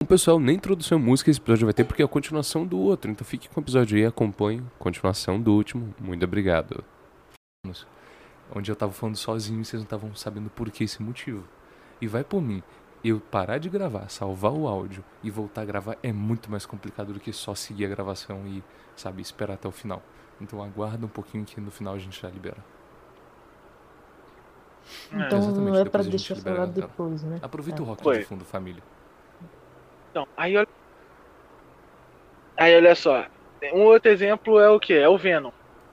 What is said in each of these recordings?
Pessoal, nem introdução música esse episódio vai ter porque é a continuação do outro. Então fique com o episódio aí, acompanhe. Continuação do último. Muito obrigado. Onde eu tava falando sozinho e vocês não estavam sabendo por que esse motivo. E vai por mim. Eu parar de gravar, salvar o áudio e voltar a gravar é muito mais complicado do que só seguir a gravação e, sabe, esperar até o final. Então aguarda um pouquinho que no final a gente já libera. Então não Exatamente, é pra depois a gente deixar libera a falar galera. depois, né? Aproveita o rock de Foi. fundo, família. Então, olha só. Um outro exemplo é o quê? É o Venom.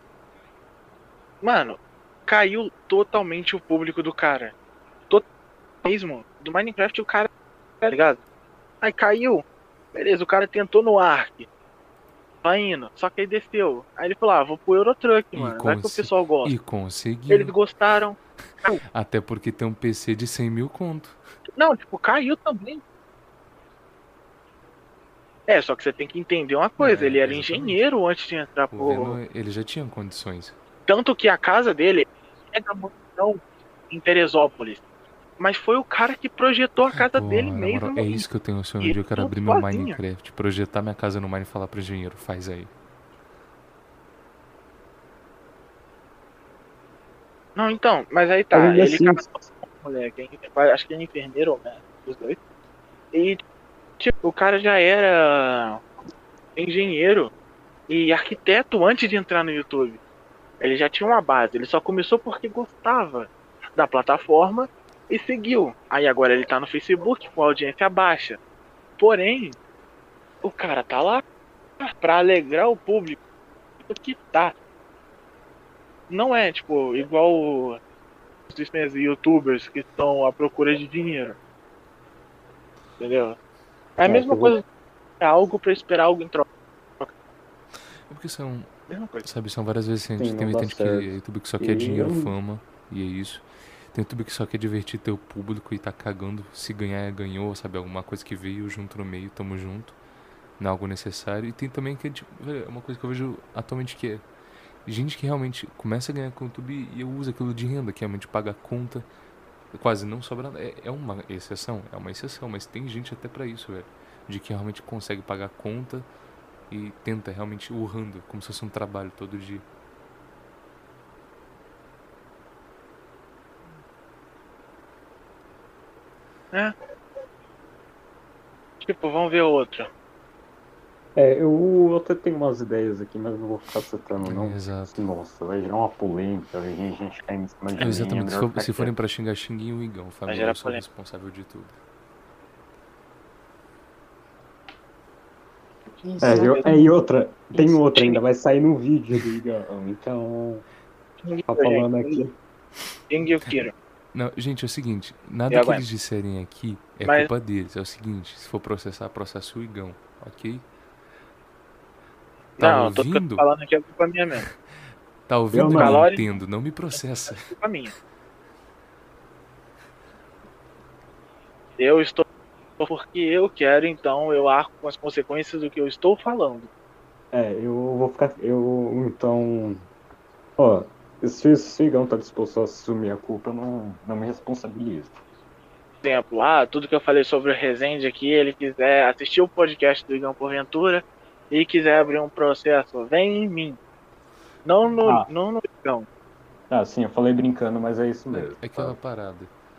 Mano, caiu totalmente o público do cara. Total mesmo. Do Minecraft o cara, tá ligado? Aí caiu. Beleza, o cara tentou no Ark. Vai indo. Só que aí desceu. Aí ele falou, vou pro Eurotruck, mano. Vai que o pessoal gosta. E conseguiu. Eles gostaram. Até porque tem um PC de 100 mil conto. Não, tipo, caiu também. Só que você tem que entender uma coisa. Ele era exatamente. engenheiro antes de entrar O pro... Venom, ele já tinha condições. Tanto que a casa dele é da mansão em Teresópolis. Mas foi o cara que projetou a casa dele na mesmo. moral, é isso que eu tenho sonho de eu quero abrir meu Minecraft, projetar minha casa no Mine e falar pro engenheiro, faz aí. Não, então, mas aí tá. Ele Ele assim, moleque, acho que é enfermeiro ou médico, os dois. E, tipo, o cara já era engenheiro e arquiteto antes de entrar no YouTube. Ele já tinha uma base, ele só começou porque gostava da plataforma e seguiu. Aí agora ele tá no Facebook com audiência baixa. Porém, o cara tá lá pra alegrar o público que tá. Não é, tipo, igual os youtubers que estão à procura de dinheiro. Entendeu? É a mesma coisa, é algo pra esperar algo em troca. É porque são, Mesma coisa. sabe, são várias vezes a gente Sim, tem não dá gente que certo. YouTube que só quer dinheiro, eu- fama, e é isso. Tem YouTube que só quer divertir teu público e tá cagando. Se ganhar, ganhou, sabe? Alguma coisa que veio junto no meio, tamo junto. Não é algo necessário. E tem também que, tipo, é uma coisa que eu vejo atualmente que é gente que realmente começa a ganhar com o YouTube e usa aquilo de renda, que realmente paga a conta. Quase não sobra nada. É uma exceção, mas tem gente até pra isso, velho. De que realmente consegue pagar a conta e tenta realmente urrando, como se fosse um trabalho todo dia. Tipo, vamos ver outro. eu até tenho umas ideias aqui, mas não vou ficar citando, não. Exato. Nossa, vai gerar uma polêmica, vai vir gente cair em cima de mim. Exatamente, É melhor se ficar forem quieto. pra xingar, xinguem o Igão, família. gerar Eu sou o polêmica. responsável de tudo. E outra, tem outra ainda, vai sair no vídeo do Igão, então. Tá falando aqui. Não, gente, é o seguinte, nada Eu que aguento. eles disserem aqui é Mas- culpa deles. É o seguinte, se for processar, processa o Igão, ok? Tá Não, tudo que eu ouvindo? tô falando aqui é culpa minha mesmo. Tá ouvindo, Eu não. Nintendo? Não me processa. É culpa minha. Eu estou porque eu quero, então eu arco com as consequências do que eu estou falando. Eu vou ficar. Então. Ó, se o Igão tá disposto a assumir a culpa, eu não me responsabilizo. Por exemplo, tudo que eu falei sobre o Resende aqui, ele quiser assistir o podcast do Igão Porventura e quiser abrir um processo, vem em mim. Não no Igão. Sim, eu falei brincando, mas é isso mesmo. É aquela parada.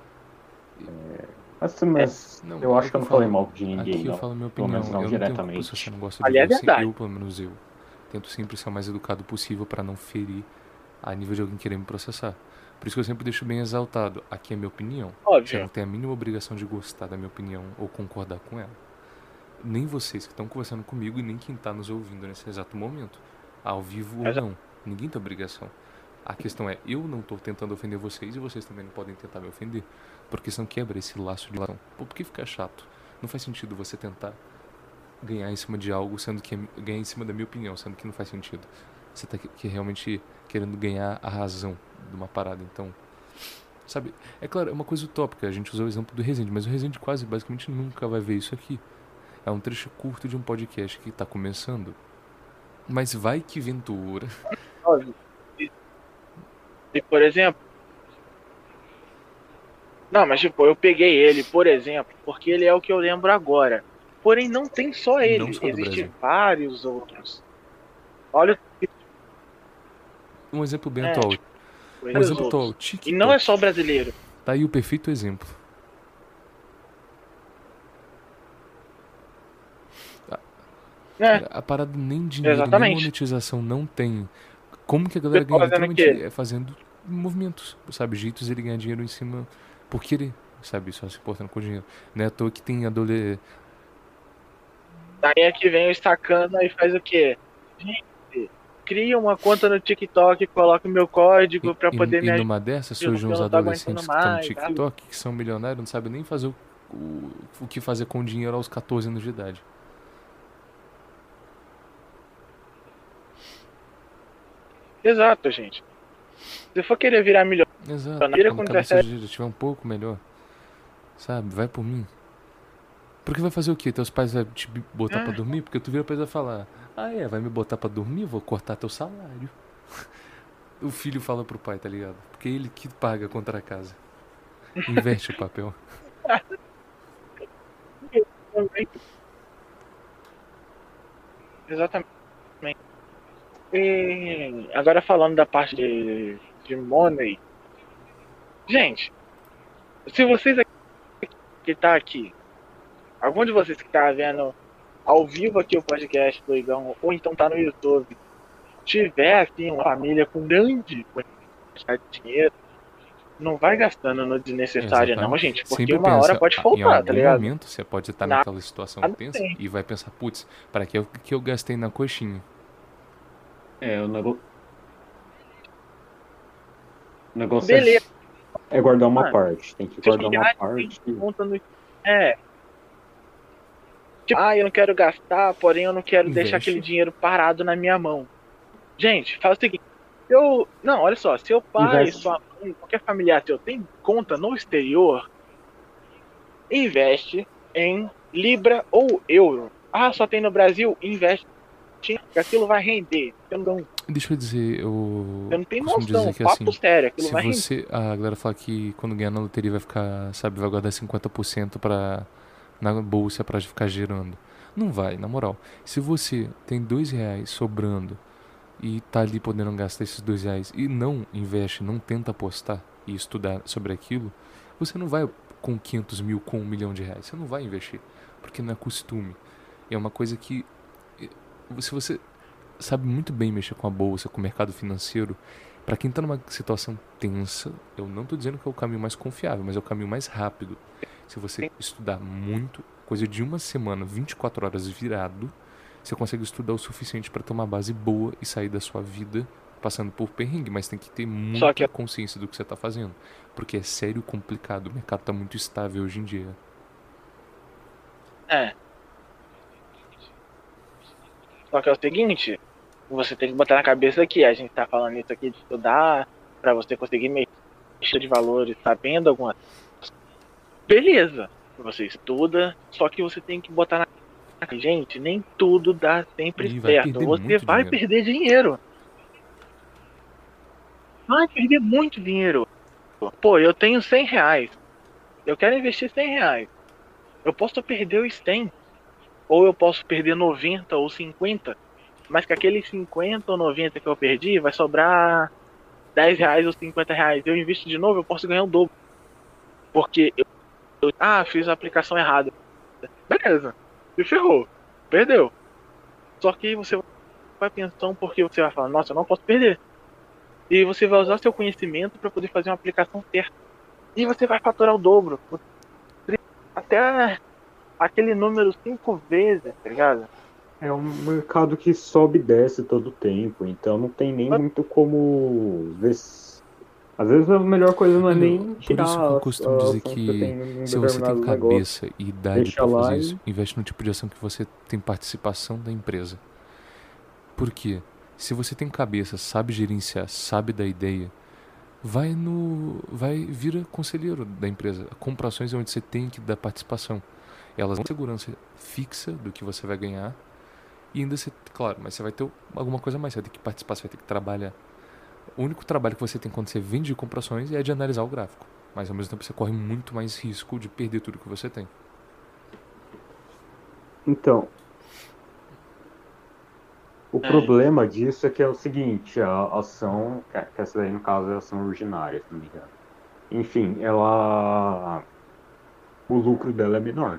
Mas Não, eu acho que eu não falei mal de ninguém, Aqui eu não. falo a minha Pelo opinião. menos não Eu não tenho culpa diretamente. se você não gosta de Ali é você. verdade. Eu, pelo menos eu, tento sempre ser o mais educado possível pra não ferir a nível de alguém querer me processar. Por isso que eu sempre deixo bem exaltado. Aqui é minha opinião. Óbvio. Você não tem a mínima obrigação de gostar da minha opinião ou concordar com ela. Nem vocês que estão conversando comigo e nem quem tá nos ouvindo nesse exato momento. Ao vivo ou não. Ninguém tem obrigação. A questão é, eu não tô tentando ofender vocês e vocês também não podem tentar me ofender. Porque senão quebra esse laço de relação. Pô, por que fica chato? Não faz sentido você tentar ganhar em cima de algo, sendo que ganhar em cima da minha opinião, sendo que não faz sentido. Você tá realmente querendo ganhar a razão de uma parada, então... Sabe, é claro, é uma coisa utópica, a gente usou o exemplo do Resende, mas o Resende quase, basicamente, nunca vai ver isso aqui. É um trecho curto de um podcast que tá começando. Mas vai que ventura. Óbvio. E, por exemplo... Não, mas tipo, eu peguei ele, por exemplo, porque ele é o que eu lembro agora. Porém, não tem só ele. Não só do Existem Brasil. vários outros. Olha, Um exemplo bem É, atual. Um vários exemplo atual, outros. TikTok. E não é só o brasileiro. Tá aí o perfeito exemplo. Né? A parada nem dinheiro, nem Exatamente. monetização não tem. Como que a galera Você ganha? tá fazendo o Literalmente quê? é fazendo movimentos, sabe? Jeitos ele ganhar dinheiro em cima por querer, sabe? Só se importando com dinheiro. Não é à toa que tem adolescente. Daí é que vem o Sacana e faz o quê? Gente, cria uma conta no TikTok, coloca o meu código pra poder E me numa dessas ajudar, surgem porque eu uns não tô aguentando adolescentes que estão no mais. Sabe? TikTok, que são milionários, não sabem nem fazer o que fazer com dinheiro aos 14 anos de idade. Exato, gente. Se for querer virar milionário, Exato, vira quando com a cabeça 17. gira, estiver um pouco melhor, sabe? Vai por mim. Porque vai fazer o quê? Teus pais vão te botar pra dormir? Porque tu vira pra eles e vai falar: ah, vai me botar pra dormir? Vou cortar teu salário. O filho fala pro pai, tá ligado? Porque é ele que paga contra a casa. Inverte o papel. Exatamente. E agora falando da parte de money. Gente, se vocês que tá aqui, algum de vocês que tá vendo ao vivo aqui o podcast do Igão, ou então tá no YouTube, tiver aqui uma família com grande quantidade de dinheiro, não vai gastando no desnecessário não, Exatamente. gente, porque Sempre uma hora pensa, pode em faltar, tá algum ligado? momento você pode estar Nada naquela situação tensa tem. e vai pensar: putz, para que eu gastei na coxinha? O negócio Beleza, é guardar uma mano. parte. Tem que Seus guardar uma familiares parte. têm conta no... Tipo, eu não quero gastar, porém eu não quero deixar Investe. aquele dinheiro parado na minha mão. Gente, faz o seguinte. Não, olha só, seu pai, Investe. sua mãe, qualquer familiar seu tem conta no exterior, investe em Libra ou Euro. Ah, só tem no Brasil? Investe. Que aquilo vai render. Deixa eu dizer, eu Você não tem costumo noção, dizer que papo assim, sério, aquilo se vai render. você, a galera fala que quando ganhar na loteria vai ficar, sabe, vai guardar 50% na bolsa pra ficar girando. Não vai, na moral. Se você tem R$ 2 sobrando e tá ali podendo gastar esses R$ 2 e não investe, não tenta apostar e estudar sobre aquilo, você não vai com 500 mil, com R$ 1 milhão. Você não vai investir, porque não é costume. É uma coisa que, se você sabe muito bem mexer com a bolsa, com o mercado financeiro, para quem tá numa situação tensa, eu não tô dizendo que é o caminho mais confiável, mas é o caminho mais rápido. Se você estudar muito, coisa de uma semana, 24 horas virado, você consegue estudar o suficiente para ter uma base boa e sair da sua vida passando por perrengue, mas tem que ter Só que muita consciência do que você tá fazendo, porque é sério e complicado, o mercado tá muito estável hoje em dia. Só que é o seguinte, você tem que botar na cabeça aqui, a gente tá falando isso aqui de estudar, pra você conseguir mexer de valores, sabendo alguma coisa. Beleza, você estuda, só que você tem que botar na cabeça, gente, nem tudo dá sempre E vai certo. perder Você muito vai dinheiro. perder dinheiro. Vai perder muito dinheiro. Pô, eu tenho R$ 100. Eu quero investir R$ 100. Eu posso perder os 100. Ou eu posso perder 90 ou 50. Mas que aqueles 50 ou 90 que eu perdi vai sobrar R$ 10 ou R$ 50. Eu invisto de novo, eu posso ganhar o dobro. Porque eu fiz a aplicação errada. Beleza, se ferrou, perdeu. Só que você vai pensar porque você vai falar: nossa, eu não posso perder. E você vai usar seu conhecimento para poder fazer uma aplicação certa. E você vai faturar o dobro. Até aquele número 5 vezes, tá ligado? É um mercado que sobe e desce todo o tempo, então não tem nem muito como ver. Às vezes a melhor coisa não é nem Por tirar isso que eu a costumo dizer ação que você tem que em se você tem determinado negócio, cabeça e idade deixa pra lá fazer e isso, investe no tipo de ação que você tem participação da empresa. Por quê? Se você tem cabeça, sabe gerenciar, sabe da ideia, vira conselheiro da empresa. Compra ações é onde você tem que dar participação. Elas dão segurança fixa do que você vai ganhar e ainda claro, mas você vai ter alguma coisa a mais, você vai ter que participar, você vai ter que trabalhar. O único trabalho que você tem quando você vende de compra ações é de analisar o gráfico, mas ao mesmo tempo você corre muito mais risco de perder tudo que você tem. Então, o É, problema disso é que é o seguinte, a ação, que essa daí no caso é a ação ordinária, se não me engano. Enfim, o lucro dela é menor.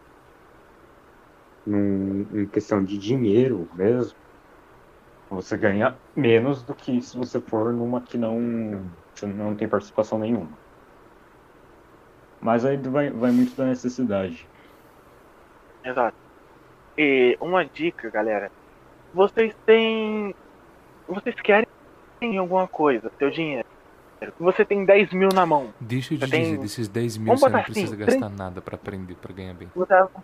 Em questão de dinheiro mesmo, você ganha menos do que se você for numa que você não tem participação nenhuma. Mas aí vai muito da necessidade. exato. E uma dica, galera. Vocês têm. Vocês querem alguma coisa, seu dinheiro. Você tem 10 mil na mão. Deixa eu Você te dizer, tem. desses 10 mil Vamos você botar não assim, precisa 30. gastar nada pra aprender, pra ganhar bem.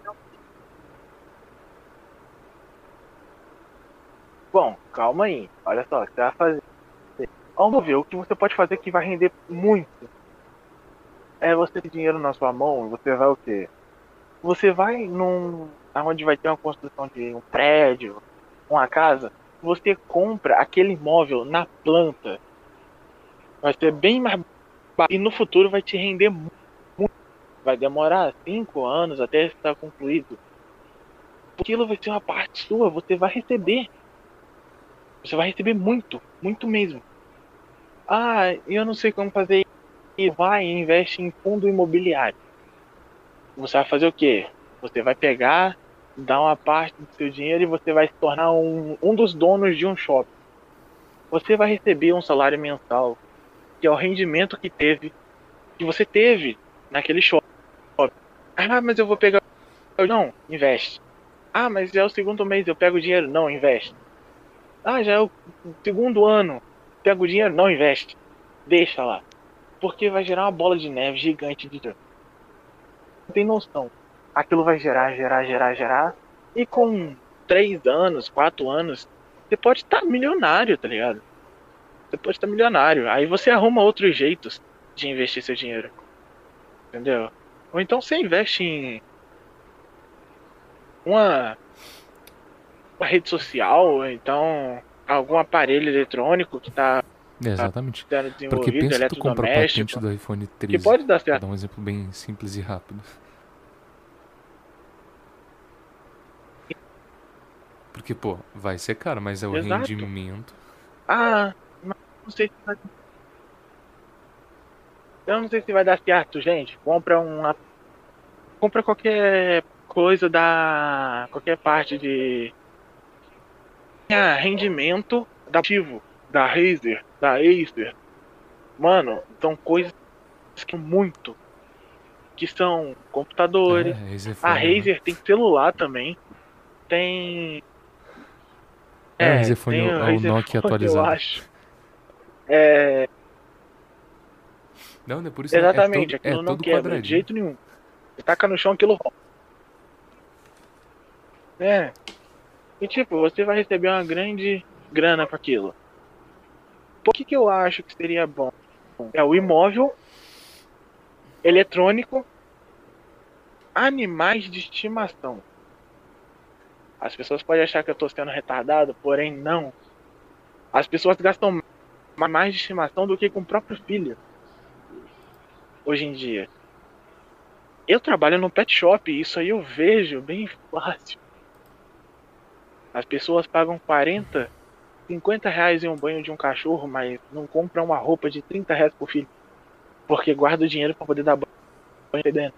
Bom, calma aí. Olha só, o que você vai fazer. Vamos ver o que você pode fazer que vai render muito. É você ter dinheiro na sua mão, você vai o quê? Você vai aonde vai ter uma construção de um prédio, uma casa, você compra aquele imóvel na planta. Vai ser bem mais barato e no futuro vai te render muito. Vai demorar 5 anos até estar concluído. Aquilo vai ser uma parte sua, você vai receber. Você vai receber muito, muito mesmo. Ah, eu não sei como fazer isso. Vai e investe em fundo imobiliário. Você vai fazer o quê? Você vai pegar, dar uma parte do seu dinheiro e você vai se tornar um dos donos de um shopping. Você vai receber um salário mensal, que é o rendimento que você teve naquele shopping. Ah, mas eu vou pegar. Não, investe. Ah, mas já é o segundo mês, eu pego o dinheiro. Não, investe. Ah, já é o segundo ano, pego o dinheiro. Não, investe. Deixa lá. Porque vai gerar uma bola de neve gigante de dinheiro. Não tem noção. Aquilo vai gerar, gerar, gerar, gerar. E com 3 anos, 4 anos, você pode estar milionário, tá ligado? Você pode estar milionário. Aí você arruma outros jeitos de investir seu dinheiro. Entendeu? Ou então você investe em uma, uma rede social, ou então algum aparelho eletrônico que está Exatamente. sendo Porque desenvolvido, pensa tu comprar a patente eletrodoméstico, do iPhone que 13, pode dar pra certo. dar um exemplo bem simples e rápido. Porque, pô, vai ser caro, mas é o Exato. rendimento. Ah, mas não sei se vai, eu não sei se vai dar certo, gente. Compra qualquer coisa da qualquer parte de rendimento da ativo, da Razer, da Acer. Mano, são coisas que muito que são computadores. É, esse é A foda, né? Razer tem celular também. Tem. É, o Rizefone é Tem o o Razer Nokia Phone, eu atualizado. acho. É, Não, não é por isso não. exatamente, É aquilo não todo quebra de quadradinho. jeito nenhum. Você taca no chão, aquilo rompe. É. E tipo, você vai receber uma grande grana com aquilo. Por que eu acho que seria bom? É o imóvel, eletrônico, animais de estimação. As pessoas podem achar que eu estou sendo retardado, porém não. As pessoas gastam mais de estimação do que com o próprio filho, hoje em dia. Eu trabalho no pet shop e isso aí eu vejo bem fácil. As pessoas pagam 40, 50 reais em um banho de um cachorro, mas não compram uma roupa de 30 reais por filho. Porque guarda o dinheiro para poder dar banho dentro.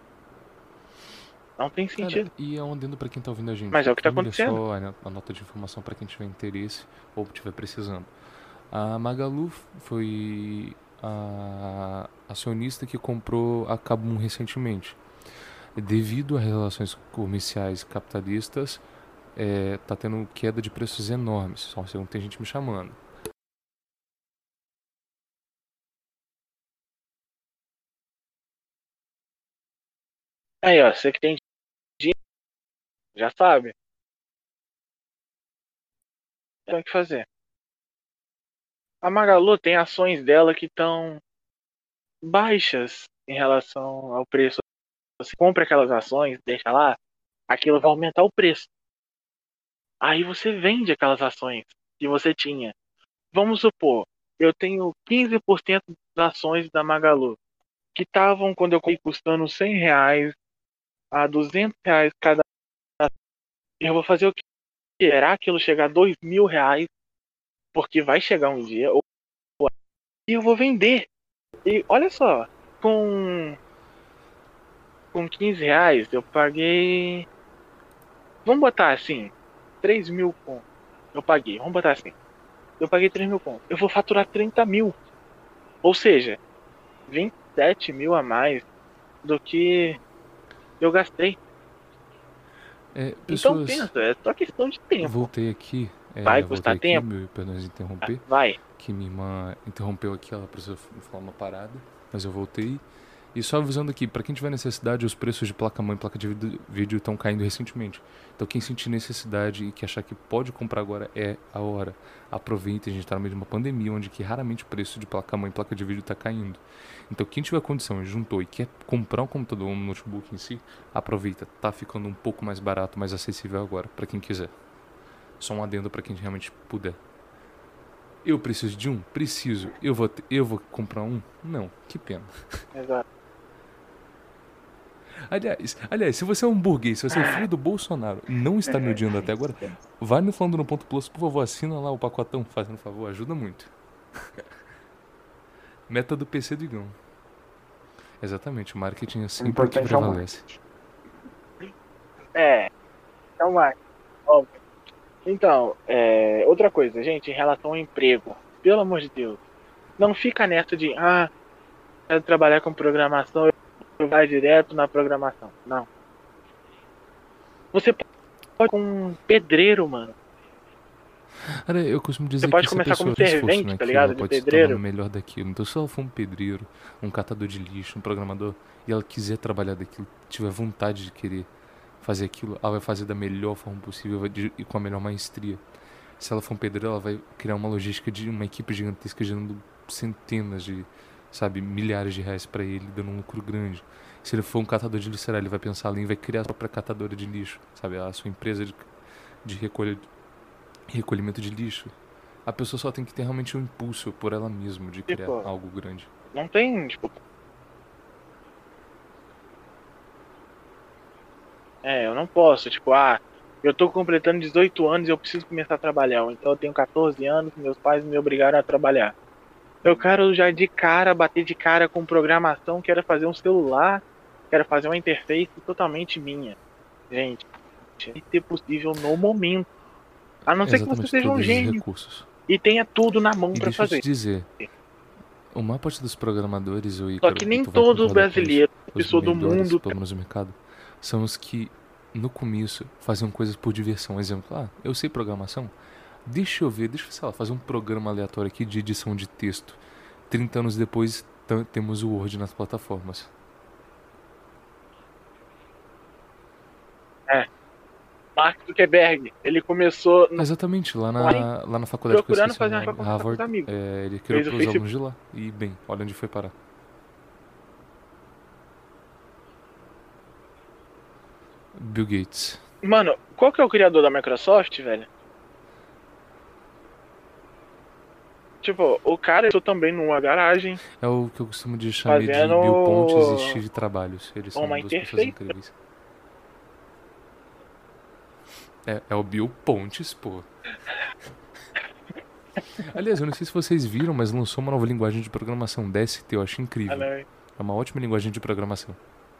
Não tem Cara, sentido. e é um adendo pra quem tá ouvindo a gente. Mas é o que tá Primeiro, acontecendo. só a nota de informação pra quem tiver interesse ou tiver precisando. A Magalu foi a acionista que comprou a Kabum recentemente. Devido a relações comerciais capitalistas, tá tendo queda de preços enormes. Só não tem gente me chamando. Aí, ó, você que tem dinheiro, já sabe. Tem o que fazer. A Magalu tem ações dela que estão baixas em relação ao preço. Você compra aquelas ações, deixa lá, aquilo vai aumentar o preço. Aí você vende aquelas ações que você tinha. Vamos supor, eu tenho 15% das ações da Magalu, que estavam, quando eu comprei, custando R$ 100 a R$ 200 cada. Eu vou fazer o quê? Esperar aquilo chegar a R$ 2.000, porque vai chegar um dia, e eu vou vender. E olha só, com R$ 15 eu paguei. Vamos botar assim, 3.000 conto. Eu paguei, vamos botar assim. Eu paguei 3.000 conto. Eu vou faturar 30.000. Ou seja, 27.000 a mais do que eu gastei. Então Pessoas, pensa, é só questão de tempo. voltei aqui. Vai custar tempo. Perdão de interromper. Vai. Que minha irmã interrompeu aqui, ela precisou falar uma parada, mas eu voltei. E só avisando aqui, para quem tiver necessidade, os preços de placa-mãe e placa de vídeo estão caindo recentemente. Então quem sentir necessidade e que achar que pode comprar agora é a hora. Aproveita, a gente está no meio de uma pandemia onde que raramente o preço de placa-mãe e placa de vídeo está caindo. Então quem tiver condição e juntou e quer comprar um computador ou um notebook em si, aproveita, tá ficando um pouco mais barato, mais acessível agora, para quem quiser. Só um adendo para quem realmente puder. Eu preciso de um? Preciso. Eu vou comprar um? Não, que pena. Exato. Aliás, se você é um burguês, se você é filho do Bolsonaro, não está me odiando até agora, vai no Falando no Ponto Plus, por favor, assina lá o pacotão, fazendo favor, ajuda muito. Meta do PC do Igão. Exatamente, o marketing é sempre o que prevalece. Então vai. Óbvio. Então, outra coisa, gente, em relação ao emprego, pelo amor de Deus, não fica nessa de, quero trabalhar com programação, eu vou direto na programação. Não. Você pode com um pedreiro, mano. Cara, eu costumo dizer Você pode que se a começar pessoa como servente, esforço, tá ligado? ela De pode se pedreiro. tornar melhor daquilo. Então se ela for um pedreiro, um catador de lixo, um programador, e ela quiser trabalhar daquilo, tiver vontade de querer fazer aquilo, ela vai fazer da melhor forma possível e com a melhor maestria. Se ela for um pedreiro, ela vai criar uma logística de uma equipe gigantesca gerando centenas de, milhares de reais pra ele, dando um lucro grande. Se ele for um catador de lixo, ele vai pensar ali e vai criar a própria catadora de lixo, a sua empresa de recolhimento de lixo. A pessoa só tem que ter realmente um impulso por ela mesma de criar algo grande. Não tem, eu não posso, eu tô completando 18 anos e eu preciso começar a trabalhar. Então eu tenho 14 anos, meus pais me obrigaram a trabalhar. Eu quero já de cara, bater de cara com programação, quero fazer um celular, quero fazer uma interface totalmente minha. Gente, é possível no momento. A não ser que você seja um gênio e tenha tudo na mão pra fazer. Deixa eu te dizer, a maior parte dos programadores, só que nem todo brasileiro, pessoa do mundo, pelo menos no mercado, são os que no começo faziam coisas por diversão. Exemplo, eu sei programação, deixa eu fazer um programa aleatório aqui de edição de texto. 30 anos depois temos o Word nas plataformas. Mark Zuckerberg, ele começou... Exatamente, lá na faculdade que eu esqueci, fazer uma Harvard, ele criou para os alunos de lá. E bem, olha onde foi parar. Bill Gates. Mano, qual que é o criador da Microsoft, velho? O cara entrou também numa garagem. É o que eu costumo de chamar de Bill Pontes e Steve Trabalhos. Eles são duas pessoas incríveis. É o Bill Pontes, pô. Aliás, eu não sei se vocês viram, mas lançou uma nova linguagem de programação, DST, eu acho incrível. É uma ótima linguagem de programação.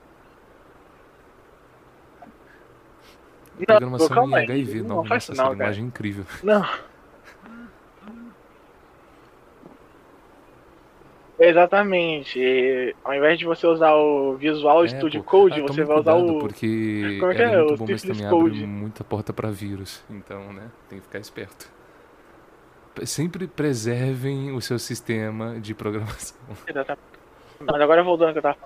Programação em HIV, nossa, essa linguagem é incrível. Não. Exatamente. Ao invés de você usar o Visual Studio Code, você vai usar o... porque é muito bom, mas também abre muita porta para vírus. Então, né, tem que ficar esperto. Sempre preservem o seu sistema de programação. Exatamente. Mas agora voltando ao que eu tava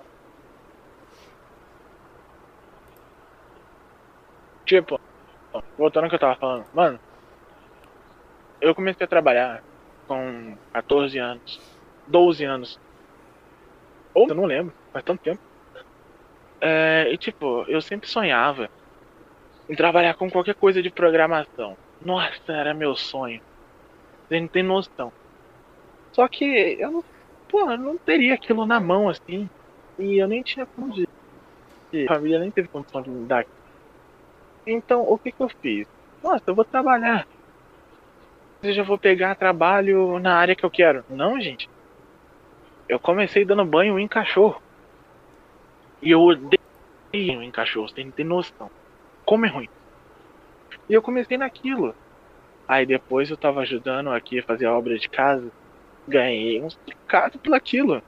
falando. Voltando ao que eu tava falando. Mano, eu comecei a trabalhar com 14 anos. 12 anos. Ou eu não lembro, faz tanto tempo. Eu sempre sonhava em trabalhar com qualquer coisa de programação. Nossa, era meu sonho. Você não tem noção. Só que eu não teria aquilo na mão assim. E eu nem tinha condição. A família nem teve condição de me dar. Então, o que eu fiz? Nossa, eu vou trabalhar. Eu já vou pegar trabalho na área que eu quero. Não, gente. Eu comecei dando banho em cachorro. E eu odeio em cachorro, você não tem noção. Como é ruim. E eu comecei naquilo. Aí depois eu tava ajudando aqui a fazer a obra de casa. Ganhei uns trocados por aquilo.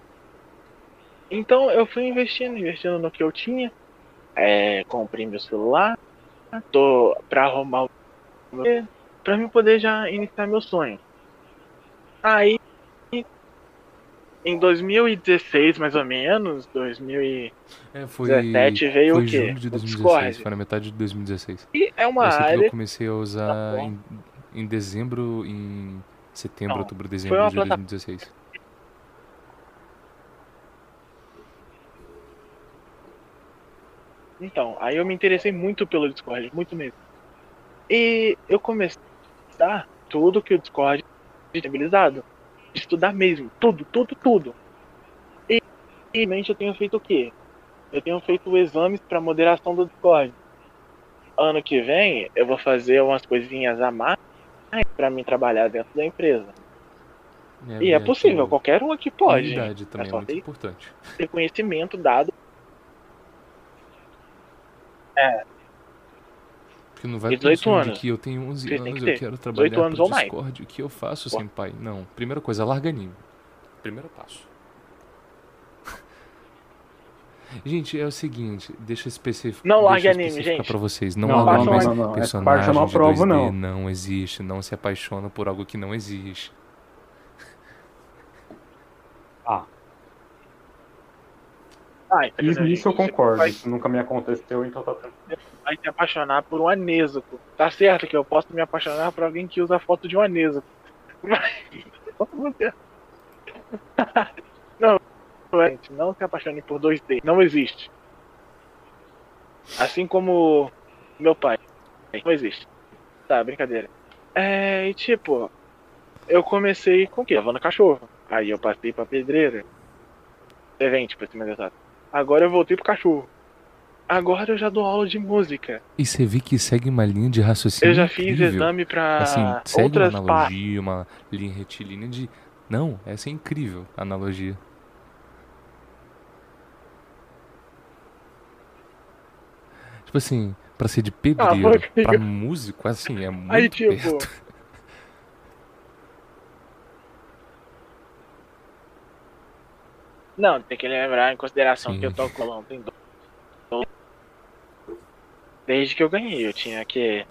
Então eu fui investindo no que eu tinha. Comprei meu celular. Tô pra arrumar o meu, pra mim poder já iniciar meu sonho. Aí em 2016, mais ou menos, 2017, veio o Foi quê? julho de O 2016, Discord. foi na metade de 2016. E é uma Eu sei porque eu área. comecei a usar em dezembro, em setembro, Não, outubro, foi dezembro uma de plataforma. 2016. Então, aí eu me interessei muito pelo Discord, muito mesmo. E eu comecei a estudar tudo que o Discord disponibilizado. Estudar mesmo, tudo, tudo, tudo. E, realmente eu tenho feito o quê? Eu tenho feito exames para moderação do Discord. Ano que vem eu vou fazer umas coisinhas a mais para mim trabalhar dentro da empresa. E é possível, qualquer um aqui E a pode, gente. idade É também é só muito importante. ter conhecimento dado. É, Porque não vai e com o 18 sonho de anos. que eu tenho 11 Vocês têm anos, que eu ter. quero 18 trabalhar anos pro ou mais. Discord, o que eu faço, Pô. senpai? Não, primeira coisa, larga anime. Primeiro passo. Gente, é o seguinte, deixa específico, Não largue deixa eu anime, especificar gente. pra vocês. Não Não, larga não, não, animes. Façam não, não. Essa parte eu não Personagem de aprovo, 2D não. não existe. Não se apaixona por algo que não existe. Ah, Entendeu, isso eu gente? Você concordo. vai, Isso nunca me aconteceu, então tá tranquilo. vai se apaixonar por um Anezuko. Tá certo que eu posso me apaixonar por alguém que usa foto de um Anezuko. Não, gente, não se apaixone por 2D. Não existe. Assim como meu pai. Não existe. Tá, brincadeira. E tipo, eu comecei com o quê? Lavando cachorro. Aí eu passei pra pedreira. Servente, pra ser mais exato. Agora eu voltei pro cachorro. Agora eu já dou aula de música. E você vê que segue uma linha de Eu raciocínio já fiz incrível. exame Assim, pra segue uma outras partes. analogia, uma linha retilínea de... Não, essa é incrível, a analogia. Tipo assim, pra ser de pedreiro, pra músico, assim, é muito Aí, tipo, perto. não, tem que levar em consideração Sim. que eu toco violão tem desde que eu ganhei. Eu tinha que,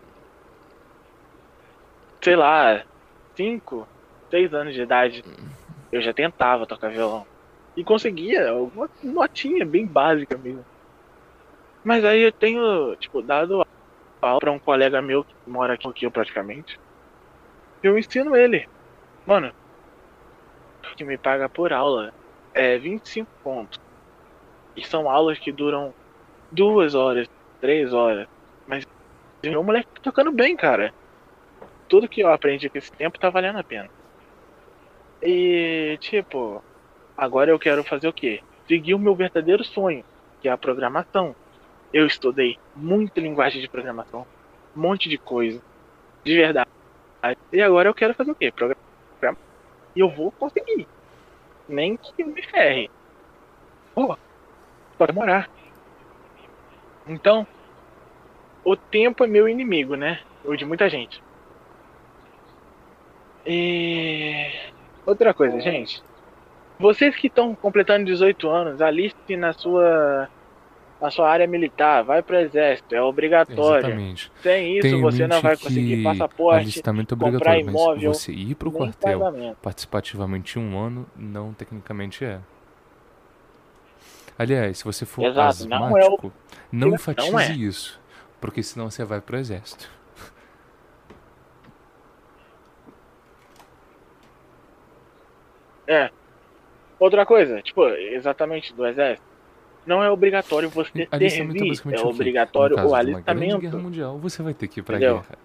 sei lá, 5, 6 anos de idade. Eu já tentava tocar violão. E conseguia alguma notinha bem básica mesmo. Mas aí eu tenho, tipo, dado aula pra um colega meu que mora aqui praticamente. Eu ensino ele. Mano, o que me paga por aula é 25 pontos. E são aulas que duram 2 horas, 3 horas. Mas o moleque tá tocando bem, cara. Tudo que eu aprendi com esse tempo tá valendo a pena. E, tipo, agora eu quero fazer o quê? Seguir o meu verdadeiro sonho, que é a programação. Eu estudei muita linguagem de programação, um monte de coisa, de verdade. E agora eu quero fazer o quê? Programar. E eu vou conseguir. Nem que eu me ferre. Pô, pode demorar. Então, o tempo é meu inimigo, né? O de muita gente. E outra coisa, gente. Vocês que estão completando 18 anos, aliste na sua área militar, vai pro exército, é obrigatório. Exatamente. Sem isso, Tenha em você não mente vai conseguir que passaporte, alistamento é comprar obrigatório, mas imóvel, você ir pro nem quartel casamento. participativamente um ano, não tecnicamente é. Aliás, se você for Exato, não é o. asmático, não enfatize Não é. isso, porque senão você vai pro exército. Outra coisa, tipo, exatamente do exército. Não é obrigatório você Alistamento é servir, é basicamente o quê? No obrigatório o caso de uma grande guerra alistamento. mundial, você vai ter que ir pra Entendeu? guerra.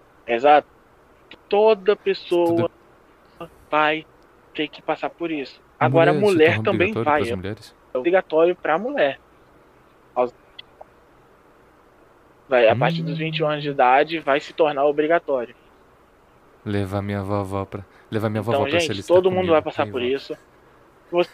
Exato. Toda pessoa Tudo vai ter que passar por isso. Agora, se mulher torna também obrigatório vai. para as mulheres? É obrigatório pra mulher. Vai, a partir dos 21 anos de idade, vai se tornar obrigatório. Levar minha vovó pra. Levar minha vovó Então, pra se gente, alistar todo mundo vai comigo. passar Quem por vai? isso. Você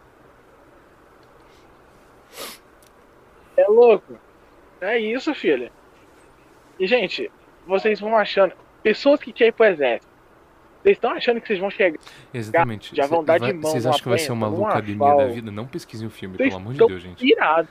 é louco. É isso, filha. E, gente, vocês vão achando. Pessoas que querem ir pro exército, vocês estão achando que vocês vão chegar, Exatamente. já vão dar de mão Vocês numa acham que vai ser uma prensa, louca numa academia da FAO. vida? Não pesquisem o filme, Vocês pelo amor de estão Deus, gente. pirados.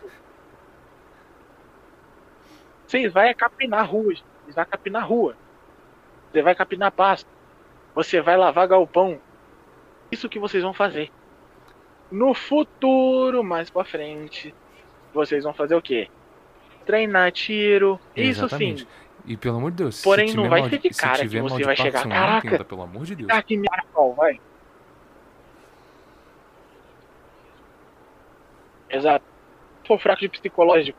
Vocês vão capinar ruas. Vocês vão capinar rua. Você vai capinar pasto. Você vai lavar galpão. Isso que vocês vão fazer. No futuro, mais pra frente, vocês vão fazer o quê? Treinar tiro. Isso Exatamente. sim. E pelo amor de Deus, Porém, não vai ser de se cara que tiver mal você de vai chegar. Parkinson, não Caraca, entenda, pelo amor de Deus. tá aqui minha FAO, vai. Exato. Se for fraco de psicológico,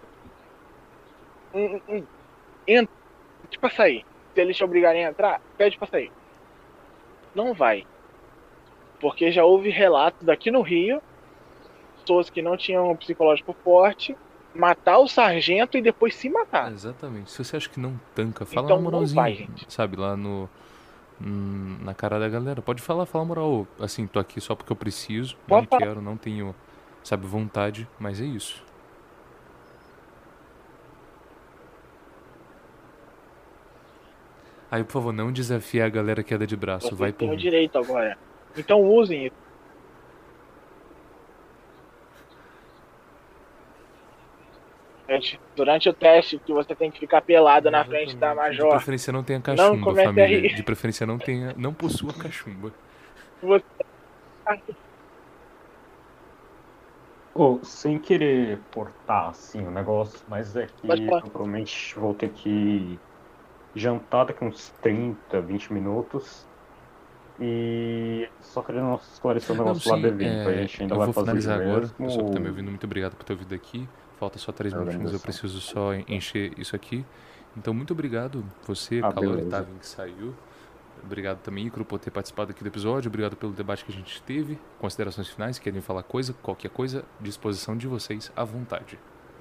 entra, pede pra sair. Se eles te obrigarem a entrar, pede pra sair. Não vai. Porque já houve relatos aqui no Rio, pessoas que não tinham um psicológico forte, matar o sargento e depois se matar. Exatamente. Se você acha que não tanca, fala Então na não moralzinha, vai, gente. sabe, lá no na cara da galera. Pode falar moral, assim, tô aqui só porque eu preciso, não Pode falar. quero, não tenho, sabe, vontade, mas é isso. Aí, por favor, não desafie a galera queda de braço, vai Vocês por têm o mim. direito agora. Então usem isso. Gente, durante o teste, que você tem que ficar pelado na frente da De major. preferência não tenha Não cachumba, comece a família. rir. De preferência não possua cachumba. Você... Oh, sem querer cortar assim o negócio, mas é que Pode eu falar. provavelmente vou ter que jantar daqui uns 30, 20 minutos. E só querendo esclarecer o Não, negócio lá do sim, evento. A gente ainda eu vai vou fazer finalizar agora. mesmo. Pessoal que tá me ouvindo, muito obrigado por ter ouvido aqui. Falta só 3 minutinhos, eu Organização. preciso só encher isso aqui. Então, muito obrigado, você, Ah, Calor e beleza. Tavin, que saiu. Obrigado também, Icaro, por ter participado aqui do episódio. Obrigado pelo debate que a gente teve. Considerações finais, querem falar qualquer coisa, disposição de vocês à vontade.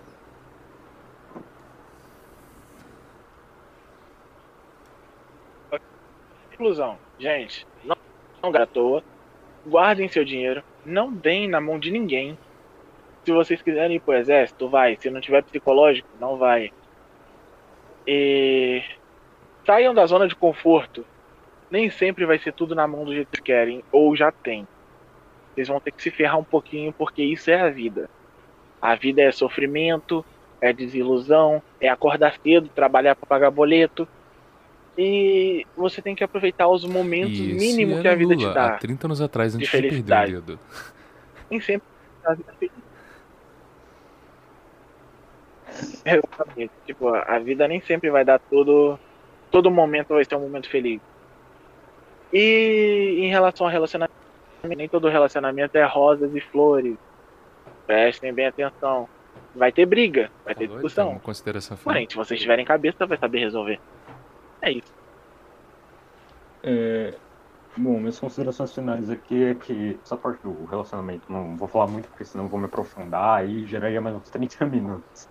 Conclusão. Gente, não dá à toa. Guardem seu dinheiro. Não deem na mão de ninguém. Se vocês quiserem ir pro exército, vai. Se não tiver psicológico, não vai. E saiam da zona de conforto. Nem sempre vai ser tudo na mão do jeito que querem, ou já tem. Vocês vão ter que se ferrar um pouquinho, porque isso é a vida. A vida é sofrimento, é desilusão, é acordar cedo, trabalhar para pagar boleto. E você tem que aproveitar os momentos E mínimos esse que a era vida Lula, te dá. há 30 anos atrás, antes de perder o felicidade. dedo. Nem sempre a vida é feliz. Exatamente. Tipo, a vida nem sempre vai dar todo momento vai ser um momento feliz. E em relação ao relacionamento, nem todo relacionamento é rosas e flores. Prestem bem atenção. Vai ter briga, vai ter Calor, discussão. uma consideração final. Porém, se vocês tiverem cabeça, vai saber resolver. É isso. Bom, minhas considerações finais aqui é que essa parte do relacionamento não vou falar muito, porque senão vou me aprofundar e geraria mais uns 30 minutos.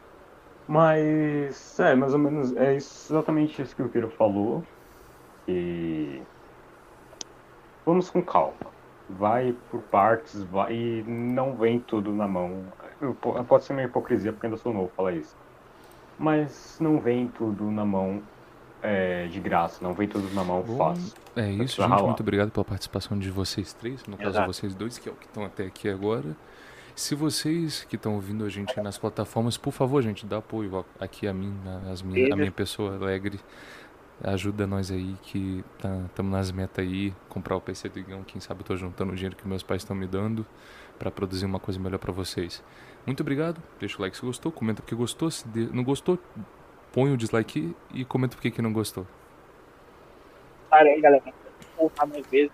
Mas, mais ou menos, é exatamente isso que o Kiro falou. E vamos com calma. Vai por partes, vai e não vem tudo na mão. Pode ser uma hipocrisia, porque ainda sou novo falar isso. Mas não vem tudo na mão de graça, não vem tudo na mão fácil. É isso, gente. Muito obrigado pela participação de vocês três, no caso vocês dois, que é o que estão até aqui agora. Se vocês que estão ouvindo a gente nas plataformas, por favor, gente, dá apoio aqui a mim, a minha pessoa alegre. Ajuda nós aí que estamos nas metas aí, comprar o PC do Igão, quem sabe eu tô juntando o dinheiro que meus pais estão me dando para produzir uma coisa melhor para vocês. Muito obrigado, deixa o like se gostou, comenta porque gostou, se não gostou, põe o dislike e comenta porque não gostou. Parei, galera, vou voltar mais vezes.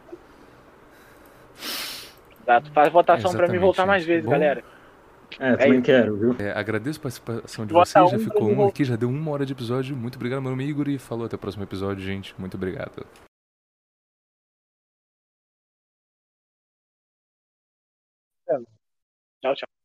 Exato, faz votação para mim voltar mais vezes, galera. Também quero, viu? Agradeço a participação de vocês, já ficou um aqui, já deu 1 hora de episódio. Muito obrigado, meu nome é Igor e falou, até o próximo episódio, gente. Muito obrigado. Tchau, tchau.